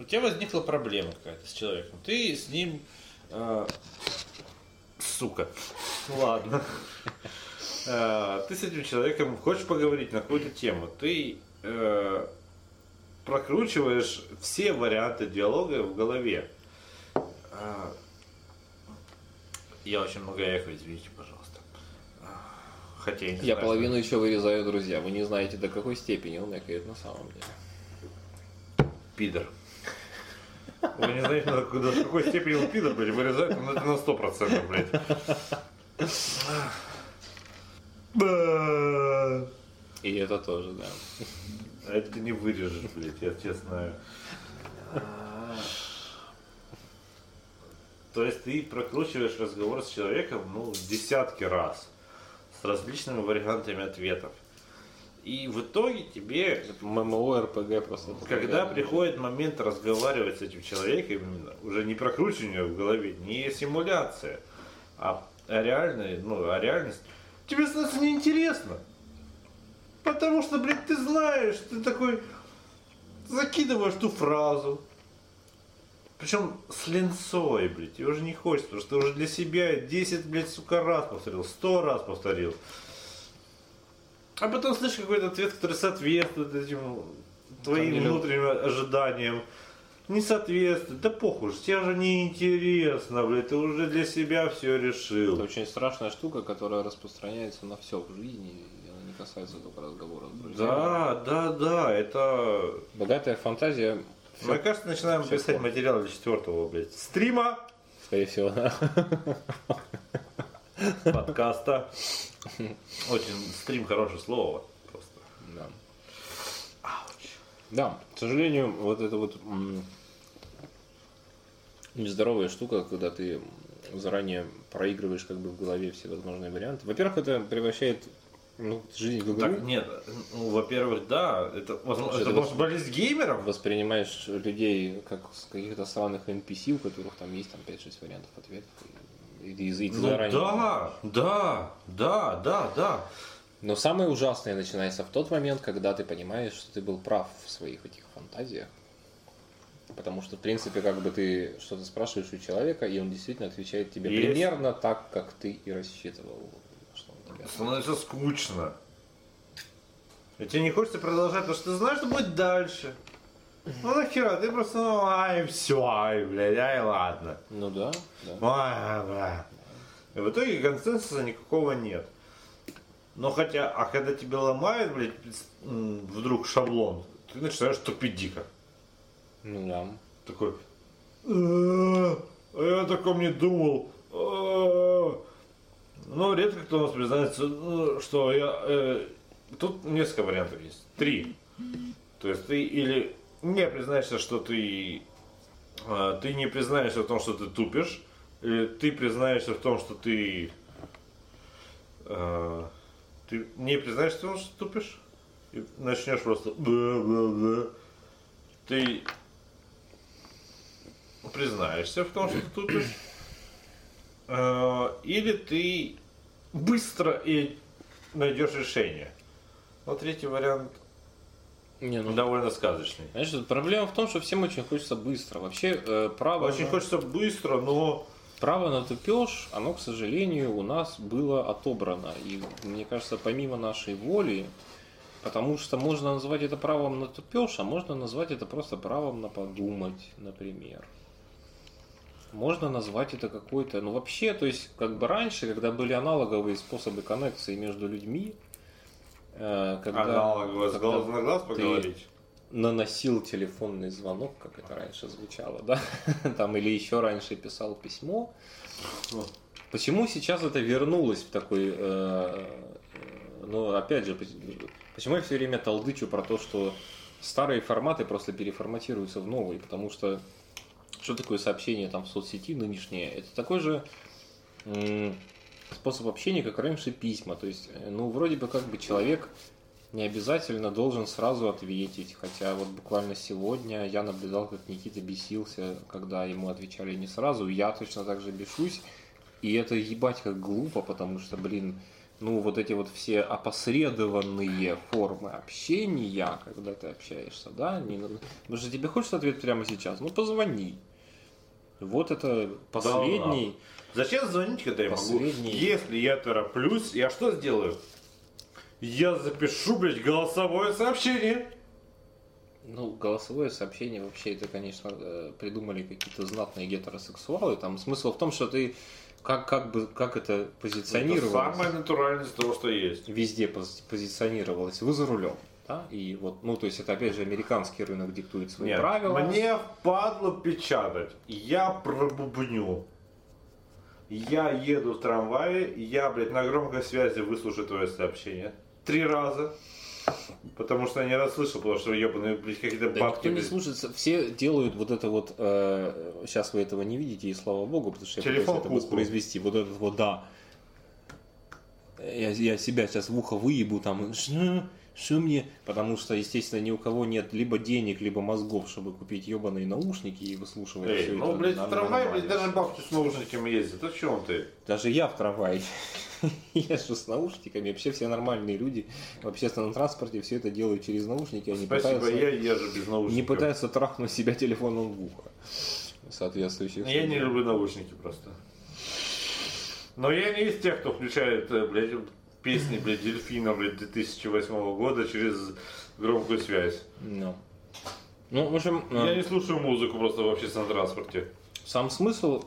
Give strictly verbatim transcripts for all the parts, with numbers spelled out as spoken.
тебя возникла проблема какая-то с человеком. Ты с ним... Э, сука. Ладно. Э, ты с этим человеком хочешь поговорить на какую-то тему. Ты э, прокручиваешь все варианты диалога в голове. Э, я очень много эхо, извините, пожалуйста. Хотя я не Я знаю, половину еще вырезаю, друзья. Вы не знаете, до какой степени он экает на самом деле. Пидор. Вы не знаете, до какой степени он пидор, блядь, вырезает, но это на сто процентов, блядь. И это тоже, да. А это ты не вырежешь, блядь, я честно знаю. То есть ты прокручиваешь разговор с человеком, ну, десятки раз. С различными вариантами ответов. И в итоге тебе... ММО, РПГ просто... Когда приходит момент разговаривать с этим человеком, именно, уже не прокручивание в голове, не симуляция, а реальная, ну, а реальность, тебе становится неинтересно. Потому что, блядь, ты знаешь, ты такой закидываешь ту фразу. Причем с линцой, блядь, тебе уже не хочется, потому что ты уже для себя десять, блядь, сука, раз повторил, сто раз повторил. А потом слышишь какой-то ответ, который соответствует этим твоим деле... внутренним ожиданиям. Не соответствует, да похуй, тебе уже не интересно, блядь, ты уже для себя все решил. Это очень страшная штука, которая распространяется на все в жизни, и она не касается только разговоров с друзьями. Да, да, да, это... Богатая фантазия. Мне кажется, начинаем все писать плохо. материал для четвертого, блядь, стрима. Скорее всего, да. Подкаста. Очень стрим хорошее слово. Просто. Да. Да, к сожалению, вот эта вот м- нездоровая штука, когда ты заранее проигрываешь как бы в голове все возможные варианты. Во-первых, это превращает ну, жизнь в игру. Так, нет, ну, во-первых, да, это, возможно, Это это может болезнь геймеров. Воспринимаешь людей как каких-то странных эн пи си, у которых там есть там пять-шесть вариантов ответов. И, и, и, и Ну заранее... да, да, да, да, да. Но самое ужасное начинается в тот момент, когда ты понимаешь, что ты был прав в своих этих фантазиях. Потому что, в принципе, как бы ты что-то спрашиваешь у человека, и он действительно отвечает тебе Есть. примерно так, как ты и рассчитывал. Что он тебе... Становится скучно. И тебе не хочется продолжать, потому что ты знаешь, что будет дальше. Ну нахера, ты просто, ну, ай, все, ай, блядь, ай, ладно. Ну да, да. Ай, бля. И в итоге консенсуса никакого нет. Но хотя, а когда тебе ломает, блядь, вдруг шаблон, ты начинаешь тупить дико. Ну да. Такой, а я о таком не думал. Ну, редко кто у нас признается, что я... Тут несколько вариантов есть. Три. То есть ты или не признаешься, что ты... Ты не признаешься в том, что ты тупишь. Или ты признаешься в том, что ты... Ты не признаешься в том, что ты тупишь. И начнешь просто... Бла-бла-бла. Ты... признаешься в том, что ты тупишь, или ты быстро и найдешь решение. Но третий вариант Не, ну, довольно сказочный. знаешь, проблема в том, что всем очень хочется быстро. Вообще э, право, Очень на, хочется быстро, но право на тупеж, оно, к сожалению, у нас было отобрано. И мне кажется, помимо нашей воли, потому что можно назвать это правом на тупеж, а можно назвать это просто правом на подумать, например. Можно назвать это какой-то, ну вообще, то есть как бы раньше, когда были аналоговые способы коннекции между людьми, э, когда, аналогово с глаз на глаз поговорить. Наносил телефонный звонок, как это раньше звучало, да, там или еще раньше писал письмо. Почему сейчас это вернулось в такой, э, ну опять же, почему я все время толдычу про то, что старые форматы просто переформатируются в новые, потому что что такое сообщение там в соцсети нынешнее? Это такой же м- способ общения, как раньше письма. То есть, ну, вроде бы как бы человек не обязательно должен сразу ответить. Хотя вот буквально сегодня я наблюдал, как Никита бесился, когда ему отвечали не сразу. Я точно так же бешусь. И это ебать как глупо, потому что, блин, ну, вот эти вот все опосредованные формы общения, когда ты общаешься, да, не, потому что тебе хочется ответ прямо сейчас, ну, позвони. Вот это последний... Да, зачем звонить, когда я последний... могу? Если я тороплюсь, я что сделаю? Я запишу, блядь, голосовое сообщение. Ну, голосовое сообщение вообще, это, конечно, придумали какие-то знатные гетеросексуалы. Там смысл в том, что ты как, как бы как это позиционировалось. Это самое натуральное из того, что есть. Везде позиционировалось. Вы за рулем. Да? И вот, ну, то есть это опять же американский рынок диктует свои Нет, правила. Мне впадло печатать. Я пробубню. Я еду в трамвае, я, блядь, на громкой связи выслушаю твое сообщение. Три раза. Потому что я не расслышал, потому что ебаные, блядь, какие-то да бабки. Никто не слушается, все делают вот это вот, э, сейчас вы этого не видите, и слава богу, потому что я Телефон пытаюсь это воспроизвести. Вот этот вот, да. Я, я себя сейчас в ухо выебу, там, что, что мне? Потому что, естественно, ни у кого нет либо денег, либо мозгов, чтобы купить ебаные наушники и выслушивать Эй, все ну, это. блядь, в трамвае, блядь, даже бабки с наушниками ездят. О чем ты? Даже я в трамвае езжу с наушниками. Вообще все нормальные люди в общественном транспорте все это делают через наушники. Они Спасибо, пытаются, я езжу без наушников. не пытаются трахнуть себя телефоном в ухо. Соответствующих. Я не люблю наушники просто. Но я не из тех, кто включает, блядь, песни, блядь, Дельфина, блядь, две тысячи восьмого года через громкую связь. No. Ну, в общем... Я не слушаю музыку просто в общественном транспорте. Сам смысл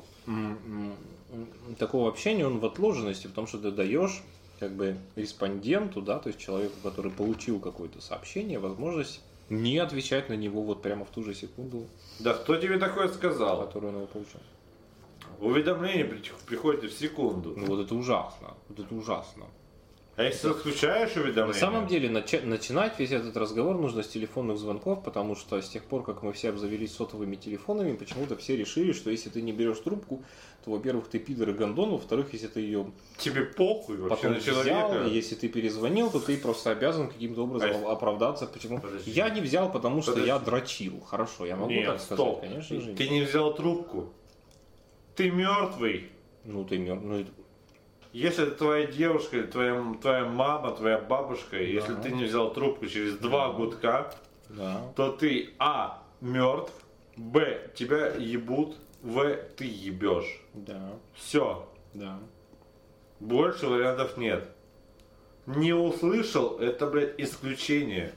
такого общения, он в отложенности, в том, что ты даешь как бы респонденту, да, то есть человеку, который получил какое-то сообщение, возможность не отвечать на него вот прямо в ту же секунду. Да кто тебе такое сказал? Которую он его получил. Уведомление приходит в секунду. Ну вот это ужасно. Вот это ужасно. А если ты отключаешь уведомления? На самом деле начать, начинать весь этот разговор нужно с телефонных звонков, потому что с тех пор, как мы все обзавелись сотовыми телефонами, почему-то все решили, что если ты не берешь трубку, то, во-первых, ты пидор и гондон, во-вторых, если ты ее тебе похуй вообще на человека. Взял, и если ты перезвонил, то ты просто обязан каким-то образом а оправдаться. Почему? Подожди. Я не взял, потому что Подожди. я дрочил. Хорошо, я могу Нет, так сказать, стоп. конечно же. Ты не взял трубку. Ты мертвый. Ну ты мертв. Ну, Если это твоя девушка, твоя, твоя мама, твоя бабушка, да. Если ты не взял трубку через два да. гудка, да. то ты а. мертв, б. тебя ебут, в. ты ебешь. Да. Все. Да. Больше вариантов нет. Не услышал, это, блядь, исключение.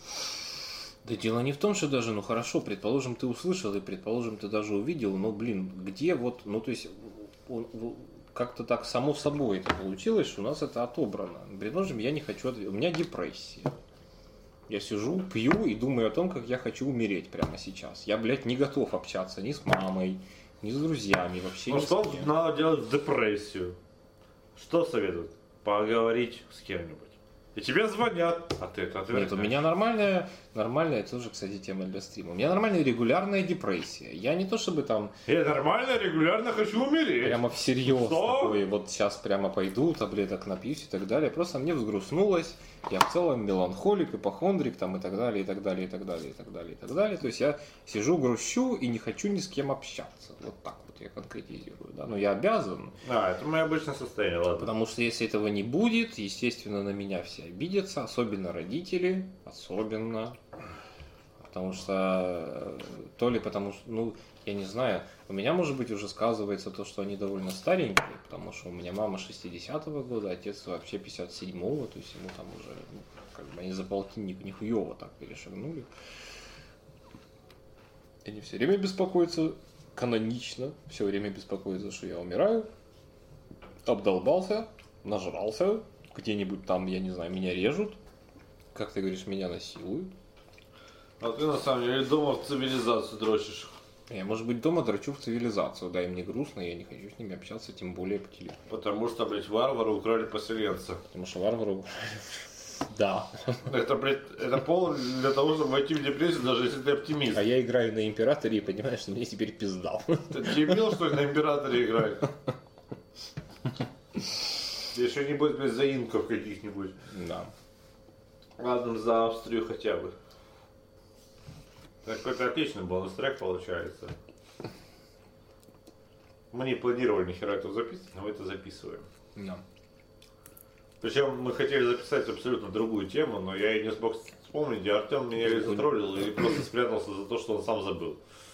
Да дело не в том, что даже, ну хорошо, предположим, ты услышал и предположим, ты даже увидел, но, блин, где вот, ну то есть, он, как-то так само собой это получилось, что у нас это отобрано. Предположим, я не хочу ответить, у меня депрессия. Я сижу, пью и думаю о том, как я хочу умереть прямо сейчас. Я, блядь, не готов общаться ни с мамой, ни с друзьями, вообще ну, ни с кем. Ну что надо делать в депрессию? Что советуют? Поговорить с кем-нибудь. И тебе звонят, а ты это отвергаешь. Нет, у меня нормальная, нормальная, это тоже, кстати, тема для стрима. У меня нормальная регулярная депрессия. Я не то чтобы там... Я нормально, регулярно хочу умереть. Прямо всерьез Что? такой, вот сейчас прямо пойду, таблеток напьюсь и так далее. Просто мне взгрустнулось. Я в целом меланхолик, ипохондрик там и так далее, и так далее, и так далее, и так далее, и так далее. То есть я сижу, грущу и не хочу ни с кем общаться. Вот так вот я конкретизирую. Да? Но я обязан. А, это мое обычное состояние, ладно. Потому что если этого не будет, естественно, на меня все обидятся, особенно родители, особенно. Потому что, то ли потому что, ну, я не знаю, у меня, может быть, уже сказывается то, что они довольно старенькие, потому что у меня мама шестидесятого года, отец вообще пятьдесят седьмого, то есть ему там уже, ну, как бы они за полтинник нихуево так перешагнули. И они все время беспокоятся, канонично, все время беспокоятся, что я умираю, обдолбался, нажрался, где-нибудь там, я не знаю, меня режут, как ты говоришь, меня насилуют. А ты на самом деле дома в цивилизацию дрочишь. Я, может быть, дома дрочу в цивилизацию, да, и мне грустно, я не хочу с ними общаться, тем более по телефону. Потому что, блядь, варвары украли поселенца. Потому что варвары украли... Да. Это, блядь, это повод для того, чтобы войти в депрессию, даже если ты оптимист. А я играю на императоре и понимаешь, что мне теперь пизда. Ты дебил, что ли, на императоре играет? Еще не будет, блядь, за инков каких-нибудь. Да. Ладно, за Австрию хотя бы. Какой-то отличный бонус-трек получается. Мы не планировали ни хера это записывать, но мы это записываем. Да. Причем мы хотели записать абсолютно другую тему, но я и не смог вспомнить, и Артем меня или затроллил, или просто спрятался за то, что он сам забыл.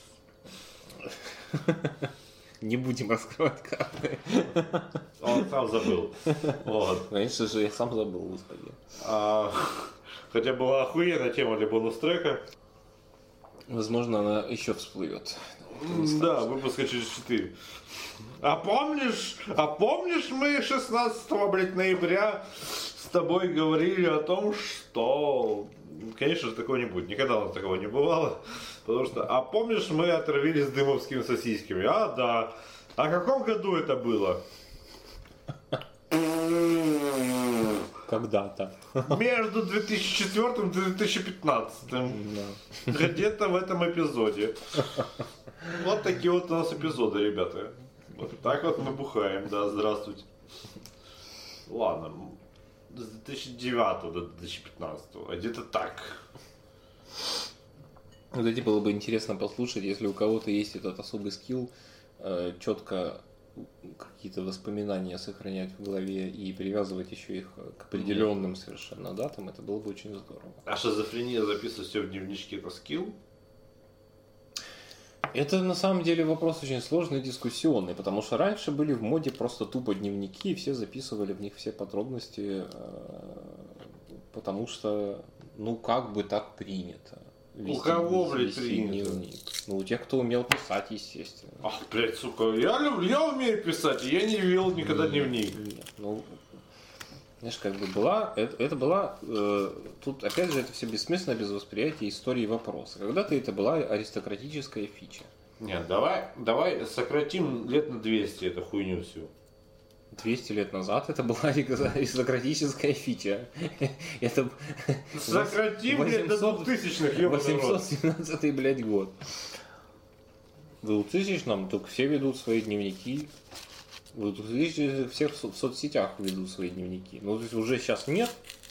Не будем раскрывать карты. Он сам забыл. Вот. Конечно же, я сам забыл, господи. А, хотя была охуенная тема для бонус-трека. Возможно, она еще всплывет. Да, выпуска через четыре. А помнишь, а помнишь, мы шестнадцатого блядь, ноября с тобой говорили о том, что... Конечно же, такого не будет. Никогда у нас такого не бывало. Потому что, а помнишь, мы отравились дымовскими сосисками? А, да. А в каком году это было? Когда-то. Между две тысячи четвёртым и две тысячи пятнадцатым. Да. Где-то в этом эпизоде. Вот такие вот у нас эпизоды, ребята. Вот так вот мы бухаем, да, здравствуйте. Ладно, с две тысячи девятого до две тысячи пятнадцатого, а где-то так. Вот эти было бы интересно послушать, если у кого-то есть этот особый скилл, э, четко какие-то воспоминания сохранять в голове и привязывать еще их к определенным совершенно датам, это было бы очень здорово. А шизофрения записывать все в дневничке — это скилл? Это на самом деле вопрос очень сложный и дискуссионный, потому что раньше были в моде просто тупо дневники, и все записывали в них все подробности, потому что, ну, как бы так принято. У кого, блядь, принято? Дневник. Ну, у тех, кто умел писать, естественно. Ах, блядь, сука, я люблю, я умею писать, и я не вел никогда дневник. Нет, ну, знаешь, как бы была, это, это была, э, тут опять же это все бессмысленно без восприятия истории вопроса. Когда-то это была аристократическая фича. Нет, давай, давай сократим лет на двести эту хуйню всю. двести лет назад это была аристократическая фича. Это сократим лет до двухтысячных, ёбаный рот. восемьсот семнадцатый, блядь, год. В двухтысячном только все ведут свои дневники. В двухтысячном все в соцсетях ведут свои дневники. Ну, то есть уже сейчас нет.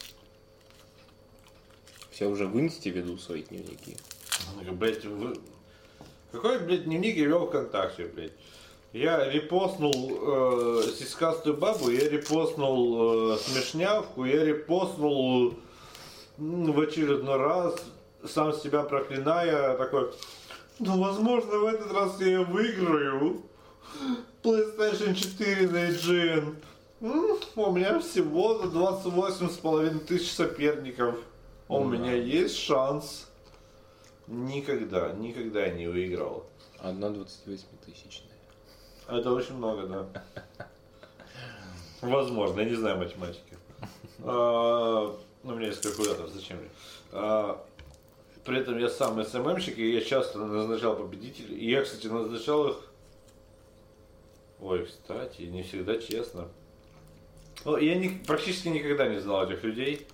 Все уже в инсте ведут свои дневники. Блядь, вы... Какой, блядь, дневник я вел ВКонтакте, блядь? Я репостнул э, сиськастую бабу, я репостнул э, смешнявку, я репостнул э, в очередной раз, сам себя проклиная, такой, ну, возможно, в этот раз я выиграю PlayStation четыре на джи эн. М-м, у меня всего двадцать восемь с половиной тысяч соперников. У mm-hmm. меня есть шанс. Никогда, никогда я не выиграл. Одна двадцативосьмитысячная. Это очень много, да. Возможно, я не знаю математики. А, ну, у меня есть калькулятор, зачем мне? А, при этом я сам эс эм эм-щик, и я часто назначал победителей. И я, кстати, назначал их... Ой, кстати, не всегда честно. Ну, я не, практически никогда не знал этих людей.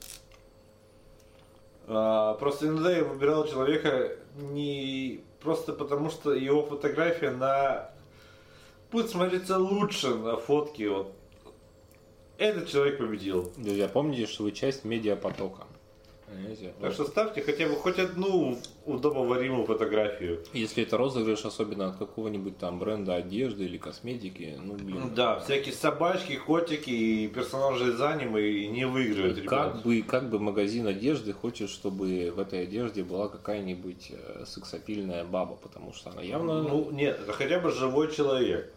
А, просто иногда я выбирал человека не просто потому, что его фотография на... будет смотреться лучше на фотке. Вот. Этот человек победил. Друзья, помните, что вы часть медиапотока. Понимаете? Так что ставьте хотя бы хоть одну удобоваримую фотографию. Если это розыгрыш, особенно от какого-нибудь там бренда одежды или косметики, ну блин. Да, всякие собачки, котики и персонажи из аниме не выигрывают, как ребят. бы, как бы магазин одежды хочет, чтобы в этой одежде была какая-нибудь сексапильная баба, потому что она явно... Ну нет, это хотя бы живой человек.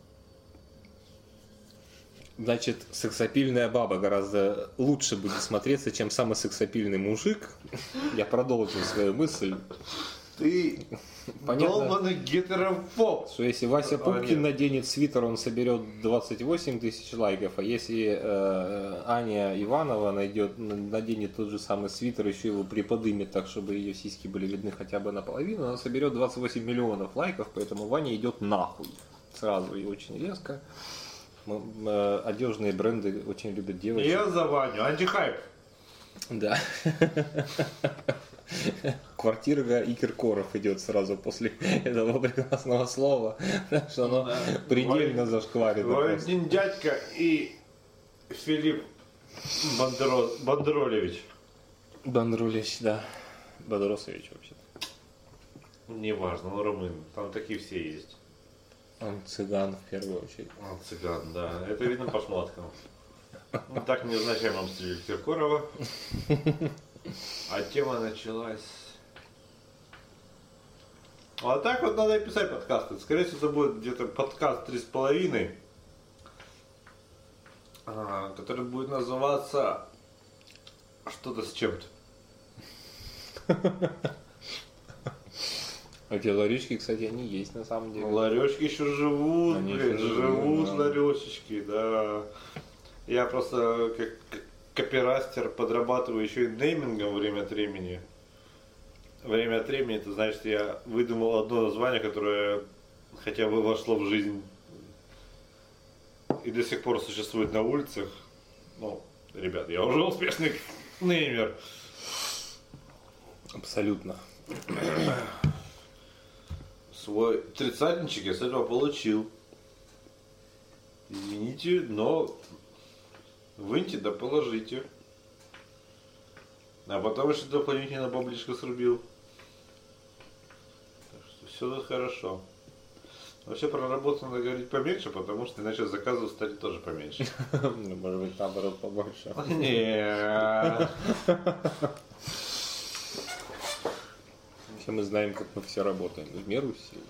Значит, сексапильная баба гораздо лучше будет смотреться, чем самый сексапильный мужик. Я продолжу свою мысль. Ты долбанный гетерофоб. Что если Вася Пупкин а, наденет свитер, он соберет двадцать восемь тысяч лайков, а если э, Аня Иванова найдет, наденет тот же самый свитер, еще его приподымет так, чтобы ее сиськи были видны хотя бы наполовину, она соберет двадцать восемь миллионов лайков, поэтому Ваня идет нахуй. Сразу и очень резко. Одежные бренды очень любят девочек. Я за Ваню, антихайп. Да. Квартира и Киркоров идет сразу после этого прекрасного слова, что оно да. предельно Валь... зашкварит. Валентин дядька и Филипп Бандеро... Бандеролевич. Бандеролевич, да. Бандеросович вообще-то. Неважно, он румын. Там такие все есть. Он цыган в первую очередь. Он цыган, да. Это видно по шмоткам. Ну, так невзначаемом стиле Киркорова. А тема началась... А так вот надо и писать подкасты. Скорее всего, это будет где-то подкаст три с половиной, который будет называться что-то с чем-то. А эти ларечки, кстати, они есть на самом деле. Ларечки еще живут, Они блин, еще живут да. ларечечки, да. Я просто как копирастер подрабатываю еще и неймингом время от времени. Время от времени, это значит, я выдумал одно название, которое хотя бы вошло в жизнь и до сих пор существует на улицах. Ну, ребят, я уже успешный неймер. Абсолютно. Свой тридцатничек я с этого получил. Извините, но выньте да положите. А потом еще дополнительно баблишко срубил. Так что все тут хорошо. Вообще про работу надо говорить поменьше, потому что иначе заказов станет тоже поменьше. Ну, может быть, наоборот, побольше. Нет. Все мы знаем, как мы все работаем. В меру сил.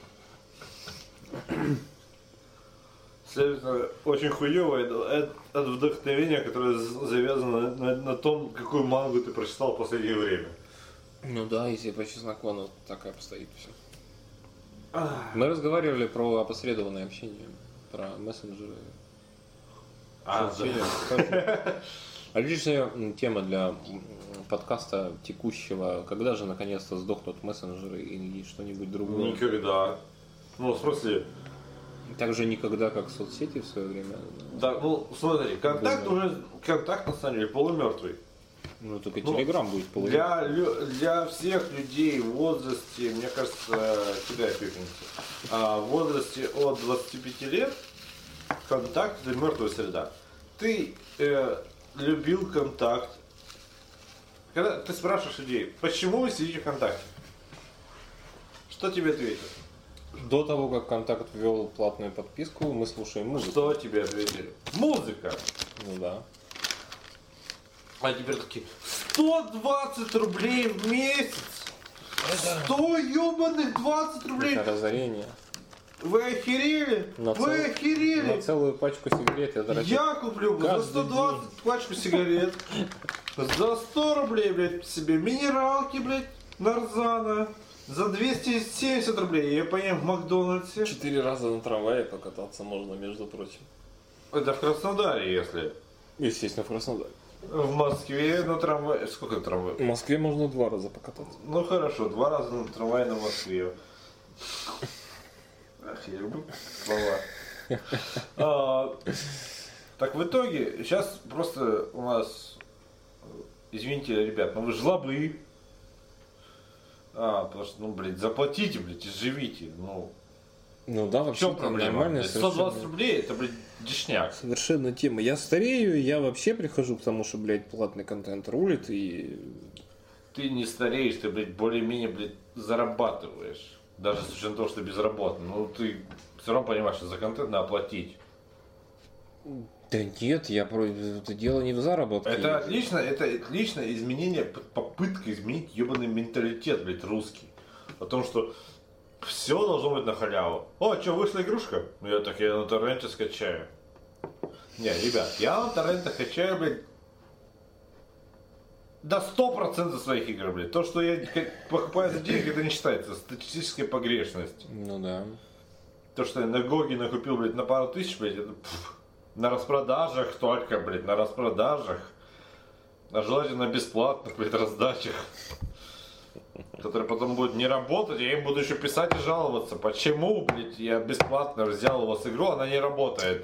Следовательно, очень хуёвое от вдохновения, которое завязано на, на том, какую мангу ты прочитал в последнее время. Ну да, если по чесноку, оно так и обстоит все. Мы разговаривали про опосредованное общение, про мессенджеры. А, да. Отличная тема для подкаста текущего. Когда же наконец-то сдохнут мессенджеры и что-нибудь другое? Никогда. Ну, в смысле... Так же никогда, как соцсети в свое время. Да, ну смотри, контакт Думаю. уже, контакт на самом деле полумертвый. Ну только Ну, Телеграм будет полумертвый. Для, для всех людей в возрасте, мне кажется, кидай пепельницу, а, в возрасте от двадцати пяти лет контакт это мертвая среда. Ты э, любил контакт. Когда ты спрашиваешь людей, почему вы сидите в контакте? Что тебе ответят? До того, как Контакт ввел платную подписку, мы слушаем музыку. Что тебе ответили? Музыка! Ну да. А теперь такие, сто двадцать рублей в месяц! сто ебаных двадцать рублей! Это разорение. Вы охерели? На Вы цел- охерели? На целую пачку сигарет я тратил. Я куплю за каждый сто двадцать пачку сигарет. За сто рублей, блядь, себе минералки, блядь, нарзана. За двести семьдесят рублей я поем в Макдональдсе. Четыре раза на трамвае покататься можно, между прочим. Это в Краснодаре, если. Естественно, в Краснодаре. В Москве на трамвае. Сколько трамвай? В Москве можно два раза покататься. Ну хорошо, два раза на трамвае на Москве. Ах, я люблю слова. А, так в итоге, сейчас просто у нас, извините, ребят, но вы жлобы. А, потому что, ну, блядь, заплатите, блядь, и живите. Ну, Ну да, в вообще чем проблема? нормальная блядь? сто двадцать рублей, это, блядь, дешняк. Совершенно тема. Я старею, я вообще прихожу к тому, что, блядь, платный контент рулит и... Ты не стареешь, ты, блядь, более-менее, блядь, зарабатываешь. Даже с учетом того, что ты безработный. Ну, ты все равно понимаешь, что за контент надо платить. Да нет, я про... это дело не в заработке. Это отлично, это отлично изменение, попытка изменить ебаный менталитет, блядь, русский. О том, что все должно быть на халяву. О, что, вышла игрушка? Ну я так, я на торренте скачаю. Не, ребят, я на торренте скачаю, блядь, до сто процентов своих игр, блядь. То, что я покупаю за деньги, это не считается. Статистическая погрешность. Ну да. То, что я на Гоге накупил, блядь, на пару тысяч, блядь, это... пф, на распродажах только, блядь, на распродажах. А желательно на бесплатных, блядь, раздачах. Которые потом будут не работать, я им буду еще писать и жаловаться. Почему, блядь, я бесплатно взял у вас игру, она не работает.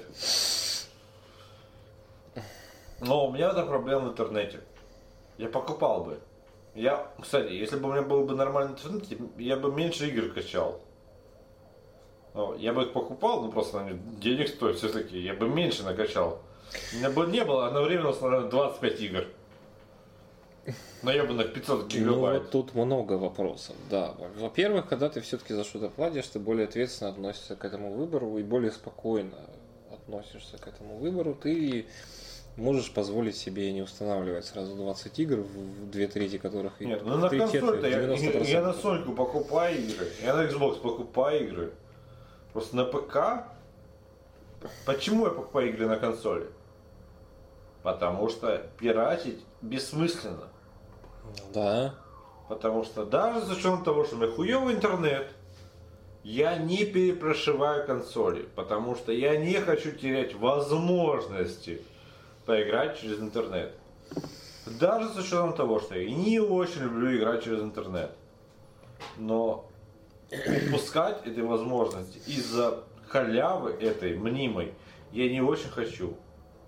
Но у меня эта проблема в интернете. Я покупал бы. Я, кстати, если бы у меня был бы нормальный интернет, я бы меньше игр качал. Ну, я бы их покупал, но просто они денег стоят все-таки. Я бы меньше накачал. У меня бы не было одновременно, наверное, двадцать пять игр. На ебаных пятьсот гигабайт. Ну вот тут много вопросов, да. Во-первых, когда ты все-таки за что-то платишь, ты более ответственно относишься к этому выбору и более спокойно относишься к этому выбору. Ты можешь позволить себе не устанавливать сразу двадцать игр, в две трети которых... Нет, ну на консоль-то я, я, я на Соньку покупаю игры, я на Xbox покупаю игры. Просто на ПК... Почему я покупаю игры на консоли? Потому что пиратить бессмысленно. Да. Потому что даже за счет того, что у меня хуёвый интернет, я не перепрошиваю консоли, потому что я не хочу терять возможности поиграть через интернет. Даже с учетом того, что я не очень люблю играть через интернет. Но упускать этой возможности из-за халявы этой мнимой я не очень хочу.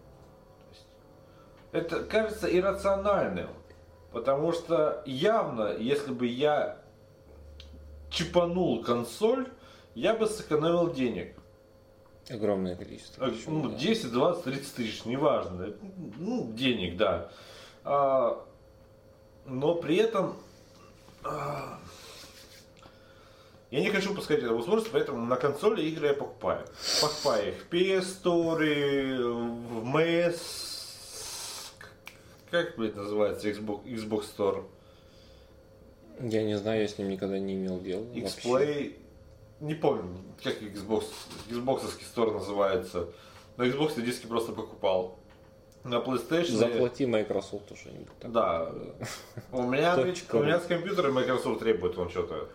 Это кажется иррациональным. Потому что явно, если бы я чипанул консоль, я бы сэкономил денег. Огромное количество. Ну, десять, двадцать, тридцать тысяч, неважно. Ну, денег, да. А, но при этом а, я не хочу упускать эту возможность, поэтому на консоли игры я покупаю. Покупаю их в пи эс Store, в эм эс. Как, блядь, называется Xbox, Xbox Store? Я не знаю, я с ним никогда не имел дела. X-Play. Не помню, как Xbox, Xbox-овский Store называется. На Xbox я диски просто покупал. На PlayStation... Заплати Microsoft что-нибудь. Да. У меня, у меня с компьютера Microsoft требует он что-то.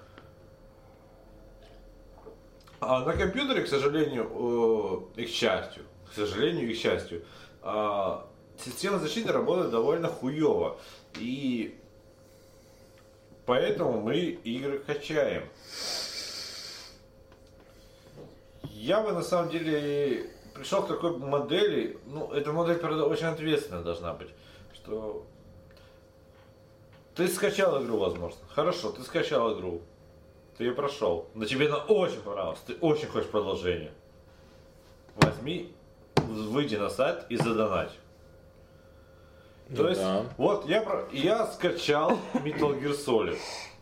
А на компьютере, к сожалению, и к счастью, к сожалению и к счастью, система защиты работает довольно хуево. И поэтому мы игры качаем. Я бы на самом деле пришел к такой модели, ну, эта модель, правда, очень ответственная должна быть, что ты скачал игру, возможно. Хорошо, ты скачал игру, ты ее прошел, но тебе она очень понравилась, ты очень хочешь продолжения. Возьми, выйди на сайт и задонать. То ну, есть, да. вот я, я скачал Metal Gear Solid.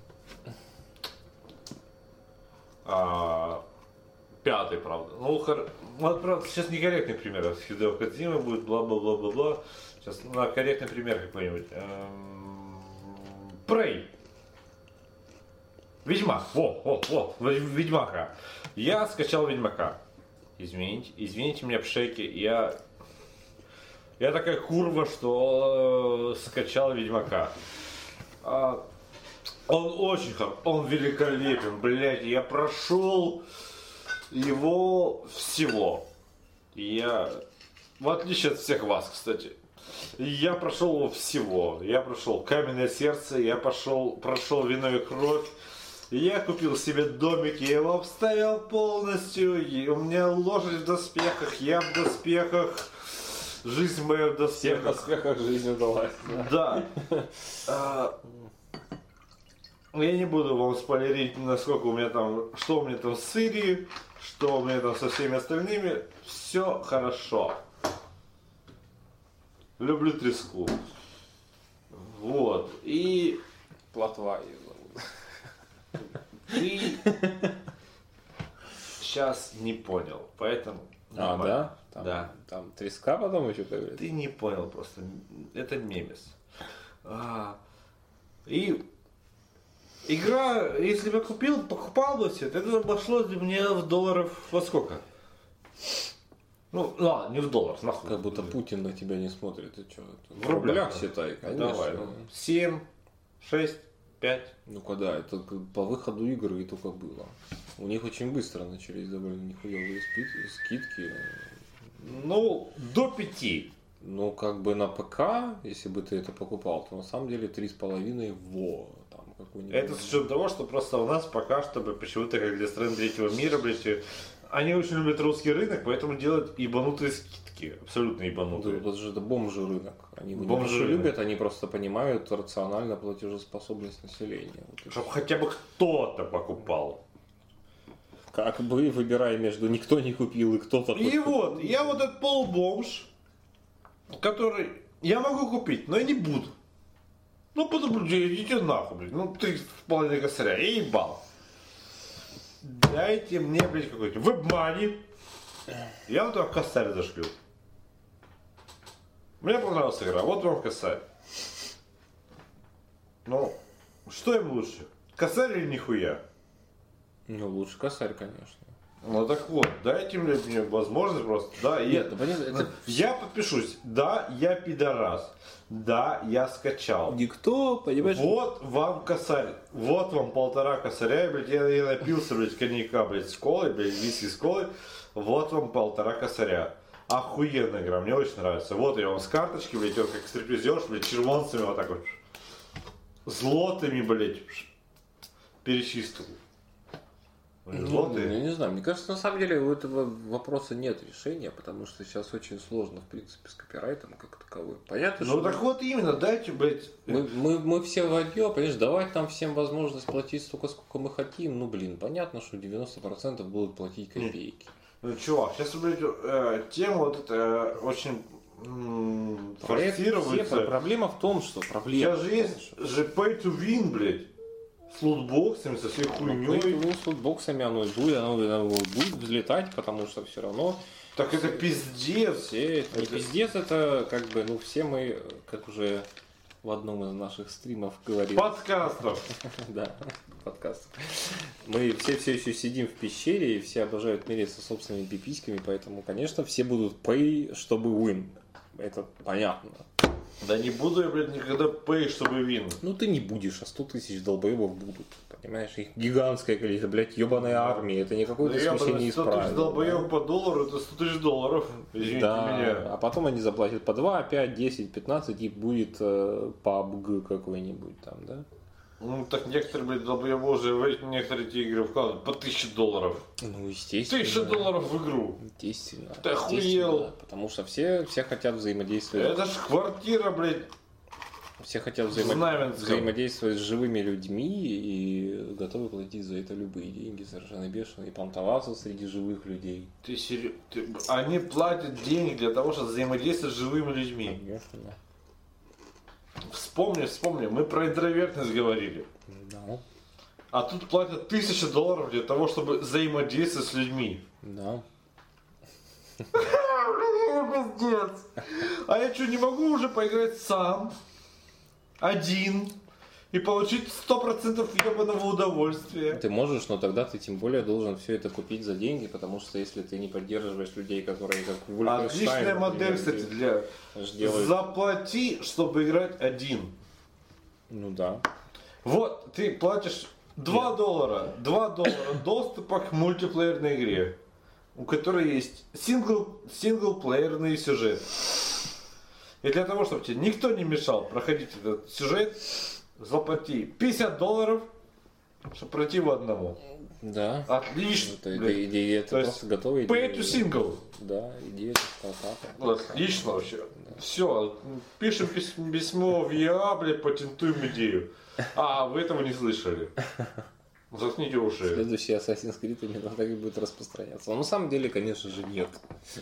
А, пятый, правда. Ну, хор... вот, правда, сейчас некорректный пример. Хидео Кодзима будет, бла-бла-бла-бла-бла. Сейчас на корректный пример какой-нибудь. Эм... Prey. Ведьмак. Во, во, во. Ведьмака. Я скачал Ведьмака. Извините, извините меня, пшеки. Я... Я такая курва, что э, скачал Ведьмака. А, он очень хорош, он великолепен, блядь. Я прошел его всего. Я, в отличие от всех вас, кстати, я прошел его всего. Я прошел Каменное сердце, я пошел, прошел Вино и кровь. Я купил себе домик, я его обставил полностью. И у меня лошадь в доспехах, я в доспехах. Жизнь моя в доспехах. В доспехах жизнь удалась. Да. А, я не буду вам спойлерить, насколько у меня там, что у меня там с Ирией, что у меня там со всеми остальными. Все хорошо. Люблю треску. Вот. И... Плотва ее зовут. И... Сейчас не понял, поэтому... А, да? Там, да. Там треска потом еще появляется? Ты не понял просто. Это мемес. А, и игра, если бы я купил, покупал бы все, это обошлось для меня в долларов во сколько? Ну, ладно, не в долларах, нахуй. Как будто Путин на тебя не смотрит. Ты что? В рублях считай, конечно. Давай, ну, семь, шесть, пять. Ну когда? Это по выходу игры и только было. У них очень быстро начались довольно нихуевые скидки. Ну, до пяти. Ну, как бы на ПК, если бы ты это покупал, то на самом деле три с половиной во. Там, какой-нибудь... Это с учетом того, что просто у нас пока что почему-то, как для стран третьего мира, блядь, они очень любят русский рынок, поэтому делают ебанутые скидки. Абсолютно ебанутые. Да, потому что это бомжи рынок. Они его бомжи не любят, они просто понимают рационально платежеспособность населения. Вот чтобы хотя бы кто-то покупал. Как бы, выбирая между никто не купил и кто-то И вот, купил. Я вот этот полубомж, который я могу купить, но я не буду. Ну, потому что идите нахуй, блядь. Ну, три с половиной косаря, я ебал. Дайте мне, блядь, какой-то веб-мани. Я вот туда косарь зашлю. Мне понравилась игра. Вот вам косарь. Ну, что им лучше? Косарь или нихуя? Ну, лучше косарь, конечно. Ну так вот, дайте мне, мне возможность просто. Да, Нет, я, ну, понятно, это... я подпишусь. Да, я пидорас. Да, я скачал. Никто, понимаешь? Вот вам косарь. Вот вам полтора косаря, блядь. Я, я напился, блядь, коньяка, блядь, с колой, блядь, виски с колой. Вот вам полтора косаря. Охуенная игра, мне очень нравится. Вот я вам с карточки, блядь, вот как стриплизёшь, блядь, червонцами вот так вот. Злотыми, блядь, перечислил. Ну, я не знаю, мне кажется, на самом деле у этого вопроса нет решения, потому что сейчас очень сложно, в принципе, с копирайтом как таковым. Понятно, ну, что... Ну так вот именно, дайте, блядь... Мы, мы, мы все войдем, понимаешь, давать нам всем возможность платить столько, сколько мы хотим, ну, блин, понятно, что девяносто процентов будут платить копейки. Ну, чувак, сейчас, блядь, э, тема вот эта э, очень м, форсируется. Все, проблема в том, что проблема... Сейчас же есть же pay to win, блядь. С лутбоксами, со всей хуйней. Ну, с лутбоксами оно и будет, оно, оно будет взлетать, потому что все равно... Так это пиздец. Все, это... Не пиздец, это как бы, ну, все мы, как уже в одном из наших стримов говорили. Подкастов. Да, подкастов. Мы все все еще сидим в пещере, и все обожают мериться собственными пиписьками, поэтому, конечно, все будут pay, чтобы win. Это понятно. Да не буду я, блядь, никогда pay, чтобы вин. Ну ты не будешь, а сто тысяч долбоебов будут. Понимаешь, их гигантское количество, блядь, ебаная армия. Это не какое-то да смещение из правил. сто тысяч долбоебов по доллару, это сто тысяч долларов. Извините да, меня. А потом они заплатят по два, пять, десять, пятнадцать, и будет э, пабг какой-нибудь там, да? Ну так некоторые, блядь, долбоебы уже в эти некоторые эти игры вкладывают по тысяче долларов. Ну, естественно. Тысяча долларов в игру. Естественно. Ты охуел. Потому что все, все хотят взаимодействовать. Это ж квартира, блядь. Все хотят взаимо... взаимодействовать с живыми людьми и готовы платить за это любые деньги, совершенно бешеные, и понтоваться среди живых людей. Ты серьезно? Ты... Они платят деньги для того, чтобы взаимодействовать с живыми людьми. Конечно. Вспомни, вспомни, мы про интровертность говорили. Да. А тут платят тысячи долларов для того, чтобы взаимодействовать с людьми. Да. Пиздец. А я что, не могу уже поиграть сам? Один. И получить сто процентов ебаного удовольствия. Ты можешь, но тогда ты тем более должен все это купить за деньги, потому что если ты не поддерживаешь людей, которые как Wolfenstein... Отличная модель, кстати, для... Делают... Заплати, чтобы играть один. Ну да. Вот, ты платишь два доллара. два доллара доступа к мультиплеерной игре, у которой есть сингл, синглплеерный сюжет. И для того, чтобы тебе никто не мешал проходить этот сюжет, заплати пятьдесят долларов, чтобы пройти его одному. Да. Отлично. Это, это идея, это просто готовая идея. Pay to single. Да, идея стартапа. Отлично вообще. Да. Все, пишем письмо в ЕА, блядь, патентуем идею. А, вы этого не слышали. Заткните уши. Следующий Assassin's Creed именно так и будет распространяться. Но на самом деле, конечно же, нет.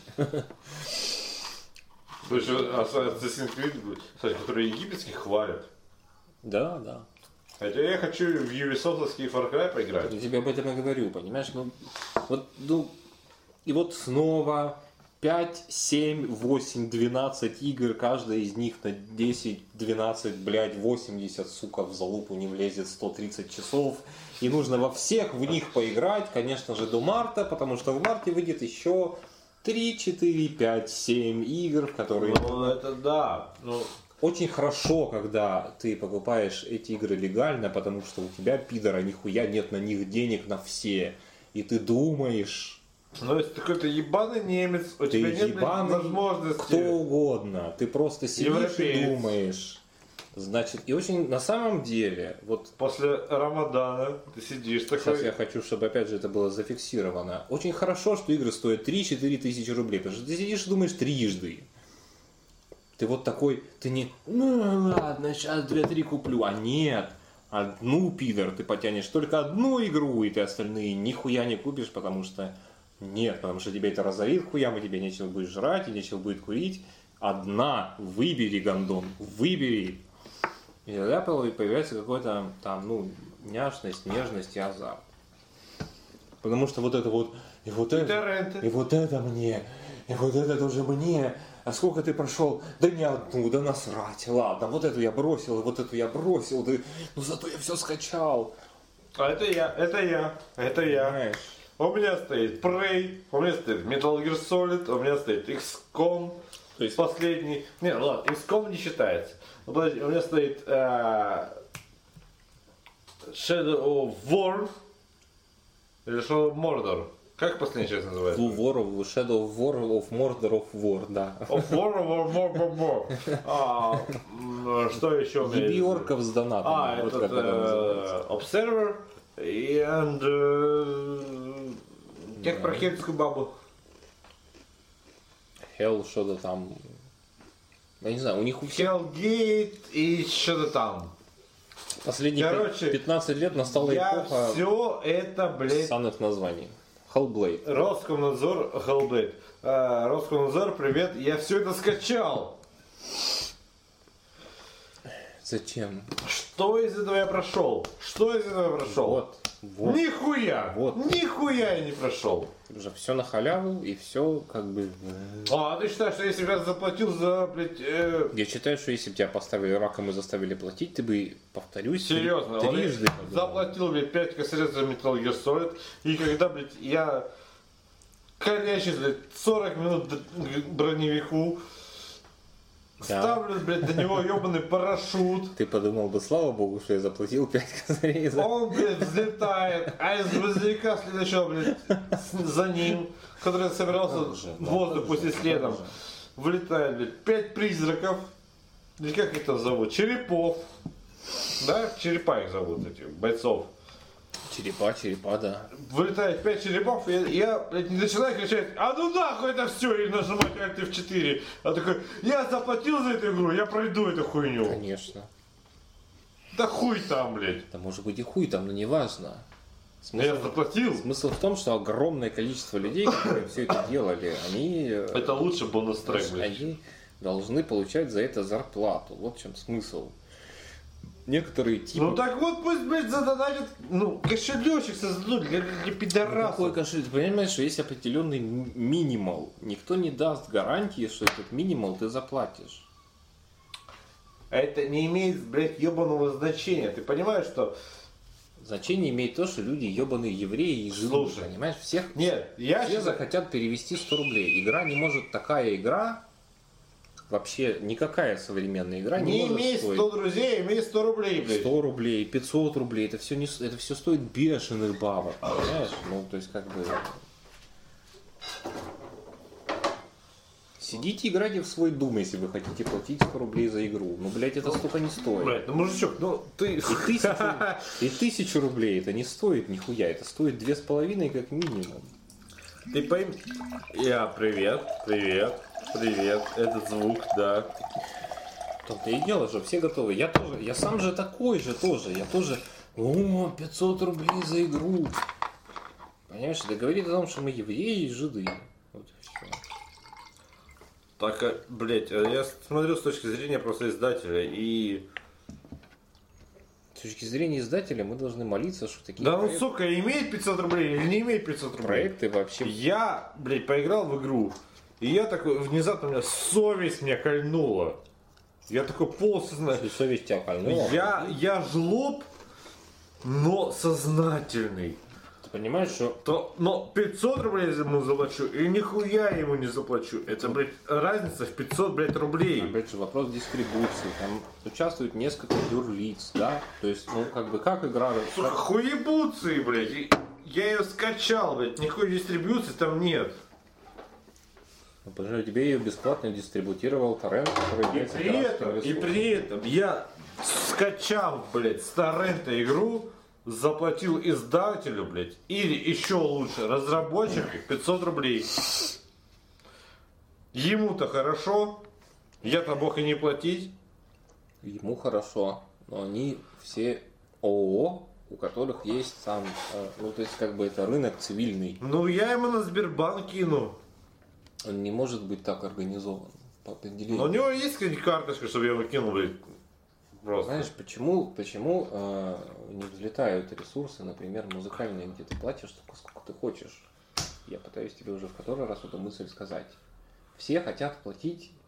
То есть Assassin's Creed будет, кстати, которые египетских хвалят. Да, да. Хотя я хочу в Ubisoft'овский Far Cry поиграть. Я тебе об этом и говорю, понимаешь? Ну, вот, ну, и вот снова пять, семь, восемь, двенадцать игр, каждая из них на десять, двенадцать, блядь, восемьдесят, сука, в залупу не влезет сто тридцать часов. И нужно во всех в них поиграть, конечно же, до марта, потому что в марте выйдет еще три, четыре, пять, семь игр, в которые... Ну, это да. Ну... Очень хорошо, когда ты покупаешь эти игры легально, потому что у тебя, пидора, нихуя нет на них денег на все. И ты думаешь... Ну, если ты какой-то ебаный немец, у ты тебя нет ебаный, возможности... кто угодно. Ты просто сидишь Европеец. И думаешь. Значит, и очень на самом деле... вот после Рамадана ты сидишь такой... Сейчас я хочу, чтобы опять же это было зафиксировано. Очень хорошо, что игры стоят три-четыре тысячи рублей. Потому что ты сидишь и думаешь трижды. Ты вот такой, ты не, ну ладно, сейчас две-три куплю, а нет, одну, пидор, ты потянешь только одну игру, и ты остальные нихуя не купишь, потому что нет, потому что тебе это разорит хуям, и тебе нечего будет жрать, и нечего будет курить. Одна, выбери, гондон, выбери. И тогда появляется какой-то там, ну, няшность, нежность и азарт. Потому что вот это вот, и вот это, и вот это мне, и вот это тоже мне. а сколько ты прошел? Да не одну, да насрать, ладно, вот эту я бросил, вот эту я бросил, да, ну зато я все скачал. А это я, это я, это я. Знаешь. У меня стоит Prey, у меня стоит Metal Gear Solid, у меня стоит икс ком, То есть- последний. Не, ладно, икс ком не считается. Ну, подожди, у меня стоит э, Shadow of War или Shadow of Mordor. Как последняя часть называется? War of Shadow of War of Mordor of War, да. Of War, of War, War, War. А, м, что еще у меня Еби есть? орков с донатом. А, вот этот как это называется. э, Observer и and, э, как про хельскую бабу? Hell, что-то там. Я не знаю, у них у всех Hellgate и что-то там. последние Короче, пятнадцать лет настала Я эпоха все это, блядь, ссаных названий. Hellblade. Роскомнадзор, Hellblade. А, Роскомнадзор, привет, я все это скачал. Зачем? Что из этого я прошел? Что из этого я прошел? Вот, вот. Нихуя! Вот. Нихуя я не прошел. Уже все на халяву и все как бы. А, ты считаешь, что если бы я заплатил за, блядь, э, Я считаю, что если бы тебя поставили раком и заставили платить, ты бы, повторюсь, серьезно, вот я трижды подумал. заплатил, блядь, пять косарей за Metal Gear Solid, и когда, блядь, я корячусь, блядь, сорок минут д- броневику, Да. ставлю, блядь, до него ебаный парашют, Ты подумал бы, слава богу, что я заплатил пять косарей за... он, блядь, взлетает, а из грузовика следующего, блядь, с- за ним, который собирался Так же, в да, воздух так после же, следом, так же. вылетает, блядь, пять призраков, или как их там зовут, черепов, да, черепа их зовут, этих бойцов. Черепа, черепа, да. Вылетает пять черепов, и я, блядь, не начинаю кричать, а ну нахуй это все, и нажимать Alt эф четыре. А такой, я заплатил за эту игру, я пройду эту хуйню. Конечно. Да хуй там, блядь. Да может быть и хуй там, но не важно. Я заплатил. Смысл в том, что огромное количество людей, которые все это делали, они, э, Это лучше бонус трек, блядь. они должны получать за это зарплату. Вот в чем смысл. Некоторые типы... Ну так вот пусть, блядь, задонатят, ну, кошелечек создадут для, для Какой пидорасов. кошелек? Ты понимаешь, что есть определенный м- минимал. Никто не даст гарантии, что этот минимал ты заплатишь. Это не имеет, блядь, ебаного значения. Ты понимаешь, что... Значение имеет то, что люди ебаные евреи и живут. Слушай. Понимаешь, всех, Нет, я все считаю... захотят перевести сто рублей. Игра не может, такая игра, вообще никакая современная игра не, Не может имей стоить сто друзей, имей сто рублей, блядь. сто рублей, пятьсот рублей. Это все, не, с- это все стоит бешеных бабок. Понимаешь? Ну, то есть как бы... Сидите, играйте в свой дум, если вы хотите платить сто рублей за игру. Ну, блядь, это столько не стоит. Блядь, ну мужичок, ну ты... И тысячу, и тысячу рублей это не стоит нихуя, это стоит две с половиной как минимум. Ты пойми... Я, привет, привет, привет, этот звук, да. В том-то и дело, что все готовы. Я тоже, я сам же такой же тоже, я тоже, о, пятьсот рублей за игру. Понимаешь, это говорит о том, что мы евреи и жиды. Вот и все. Так, а, блядь, а я смотрю с точки зрения просто издателя и... С точки зрения издателя мы должны молиться, что такие Да ну проект- сука, имеет пятьсот рублей или не имеет пятьсот рублей? проекты вообще... Я, блядь, поиграл в игру, и я такой, внезапно у меня совесть меня кольнула. Я такой полсознательный. Если совесть тебя кольнула, Я, я жлоб, но сознательный. ты понимаешь, что То, но пятьсот рублей ему заплачу, и нихуя ему не заплачу. Это, блядь, разница в пятьсот, блядь, рублей. опять же, вопрос дистрибуции. Там участвует несколько юрлиц, да? То есть, ну, как бы, как игра... Сука, хуебуции, блядь. И я ее скачал, блядь, никакой дистрибьюции там нет. Ну, потому что тебе ее бесплатно дистрибутировал торрент, который И является при пиратским этом, и ресурсом. при этом я, скачав, блядь, с торрента игру, заплатил издателю, блядь, или еще лучше, разработчику пятьсот рублей. Ему-то хорошо, я-то мог и не платить. Ему хорошо, но они все ООО, у которых есть сам, э, ну, то есть, как бы, это рынок цивильный. Ну, я ему на Сбербанк кину. Он не может быть так организован по определению. Но у него есть какая-нибудь карточка, чтобы я его кинул, блядь, просто. Знаешь, почему, почему э, не взлетают ресурсы, например, музыкальные, где ты платишь столько, сколько ты хочешь? Я пытаюсь тебе уже в который раз эту мысль сказать. Все хотят платить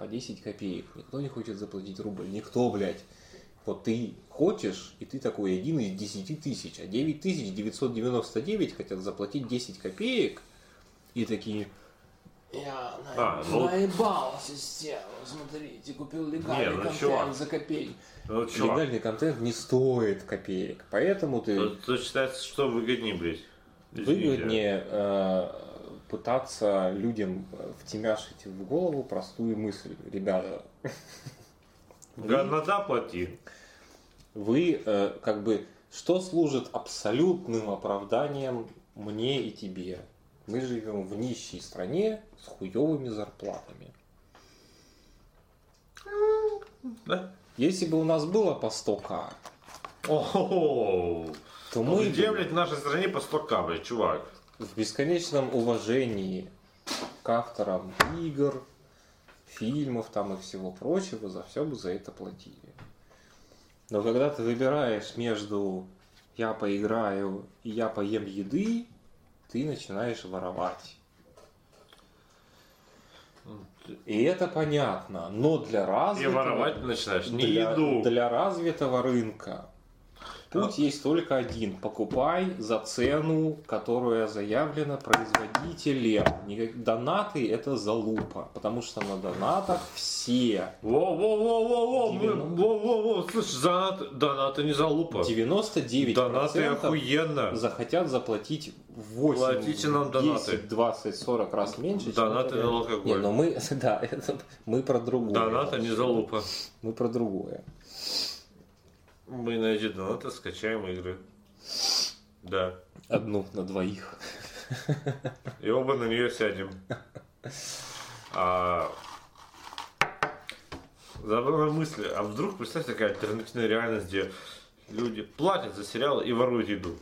по десять копеек. Никто не хочет заплатить рубль. Никто, блядь. Вот ты хочешь, и ты такой один из десяти тысяч, а девять тысяч девятьсот девяносто девять хотят заплатить десять копеек, и такие... Я а, ну... наебал систему, смотрите, купил легальный не, ну, контент чувак. за копейки. Ну, легальный контент не стоит копеек, поэтому ты... То, то считается, что выгоднее, блядь. Извините. Выгоднее э, пытаться людям втемяшить в голову простую мысль. Ребята, Говнота плати. Вы э, как бы... Что служит абсолютным оправданием мне и тебе? Мы живем в нищей стране с хуевыми зарплатами. Да? Если бы у нас было по сто тысяч, О-хо-хо. то мы Где, бы блядь, в нашей стране по сто тысяч, блядь, чувак? в бесконечном уважении к авторам игр, фильмов там и всего прочего за все бы за это платили. Но когда ты выбираешь между я поиграю и я поем еды, ты начинаешь воровать. И это понятно, но для развитого... И воровать начинаешь, не для, еду. Для развитого рынка путь а. есть только один. Покупай за цену, которая заявлена производителем. Никак... Донаты это залупа, потому что на донатах все... Во-во-во-во-во, во-во-во, слышь, донаты, донаты не залупа. девяносто девять процентов донаты охуенно. Захотят заплатить восемь, платите нам донаты. десять, двадцать, сорок раз меньше. Донаты на алкоголь. Не, но мы, да, это, мы про другое. Донаты не залупа. Мы про другое. Мы на эти донаты скачаем игры. Да. Одну на двоих. И оба на нее сядем. А... Забавная мысль. А вдруг, представь, такая альтернативная реальность, где люди платят за сериалы и воруют еду.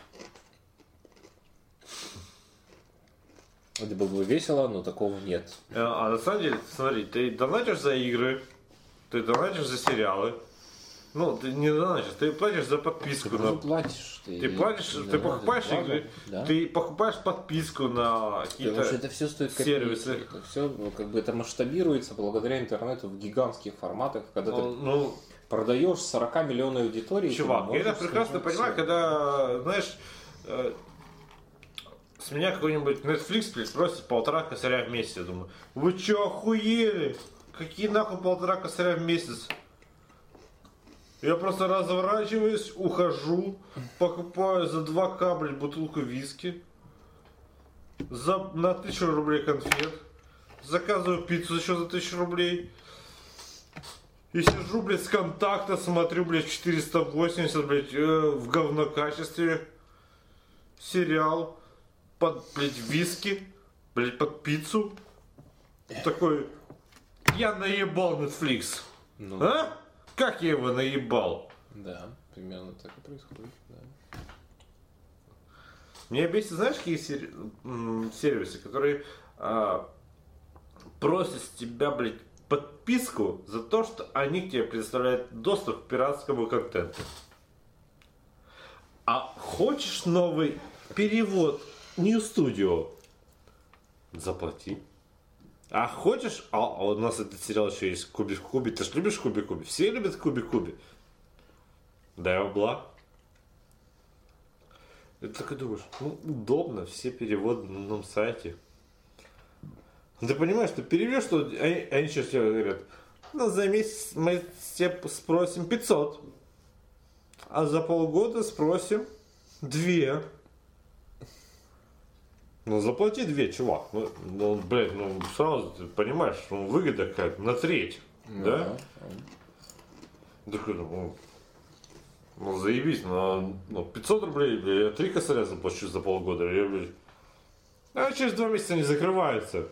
Это было бы весело, но такого нет. А, а на самом деле, смотри, ты донатишь за игры, ты донатишь за сериалы. Ну, ты не донатишь, ты платишь за подписку. Ты на... платишь. Ты, ты платишь, ты, ты покупаешь игры, да? Ты покупаешь подписку на какие-то Потому что это все стоит сервисы. Это все, ну, как бы это масштабируется благодаря интернету в гигантских форматах, когда ну, ты ну, продаешь сорок миллионов аудитории. Чувак, я это прекрасно понимаю, все. Когда, знаешь, э, с меня какой-нибудь Netflix просит полтора косаря в месяц. Я думаю, вы че охуели? Какие нахуй полтора косаря в месяц? Я просто разворачиваюсь, ухожу, покупаю за два ка, блядь, бутылку виски, за, на тысячу рублей конфет, заказываю пиццу еще за тысячу рублей и сижу, блядь, с контакта, смотрю, блядь, четыреста восемьдесят, блядь, э, в говнокачестве сериал под, блядь, виски, блядь, под пиццу. Такой, я наебал Netflix, ну. А? Как я его наебал? Да, примерно так и происходит, да. Мне бесит, знаешь, какие сер... сервисы, которые а, просят с тебя, блядь, подписку за то, что они к тебе предоставляют доступ к пиратскому контенту. А хочешь новый перевод New Studio? Заплати. А хочешь, а, а у нас этот сериал еще есть Куби в Кубе. Ты же любишь Куби в Кубе? Все любят Куби в Кубе. Дай бабла. И ты такой думаешь, ну удобно, все переводы на одном сайте. Ты понимаешь, что переведешь, что они, они сейчас тебе говорят, ну за месяц мы тебе спросим пятьсот, а за полгода спросим две. Ну заплати две, чувак. Ну, ну блядь, ну сразу ты понимаешь, что ну, выгода какая-то на треть. Ну, да? Да. Такой, ну, ну заебись, ну, ну пятьсот рублей, блядь, я три косаря заплачу за полгода. Я, блядь, а через два месяца не закрывается.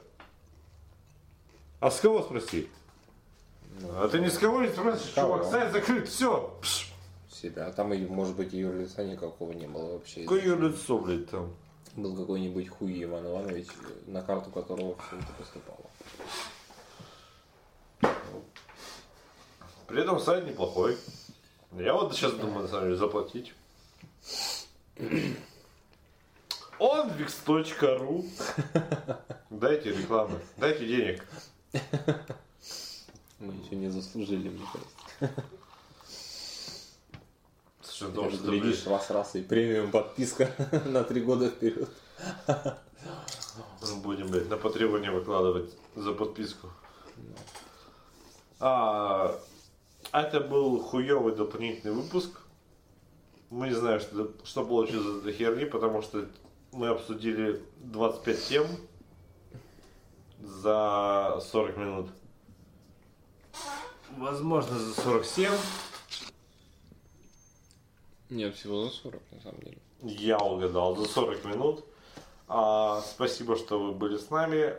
А с кого спроси? Ну, а ты ни с кого не спросишь, чувак, сайт закрыт, все. Себя. Там, может быть, юрлица никакого не было вообще. Какое юрлицо, блядь, там? Был какой-нибудь хуй Иван Иванович, на карту которого все это поступало. При этом сайт неплохой. Я вот сейчас думаю, на самом деле, заплатить. онвикс точка ру. Дайте рекламы, дайте денег. Мы еще не заслужили, мне кажется. Слушай, потому Ты что глядишь, раз раз и премиум подписка на три года вперед. мы будем, блядь, на потребование выкладывать за подписку. А, это был хуёвый дополнительный выпуск. Мы не знаем, что, что получилось из этой херни, потому что мы обсудили двадцать пять тем за сорок минут. Возможно, за сорок семь. Нет, всего за сорок, на самом деле. Я угадал, за сорок минут. А, спасибо, что вы были с нами.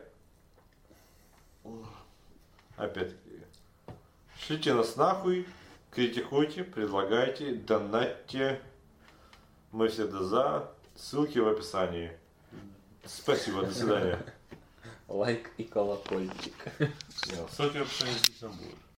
Опять-таки. Шлите нас нахуй, критикуйте, предлагайте, донатьте. Мы всегда за. Ссылки в описании. Спасибо, до свидания. Лайк и колокольчик. Ссылки в описании будут.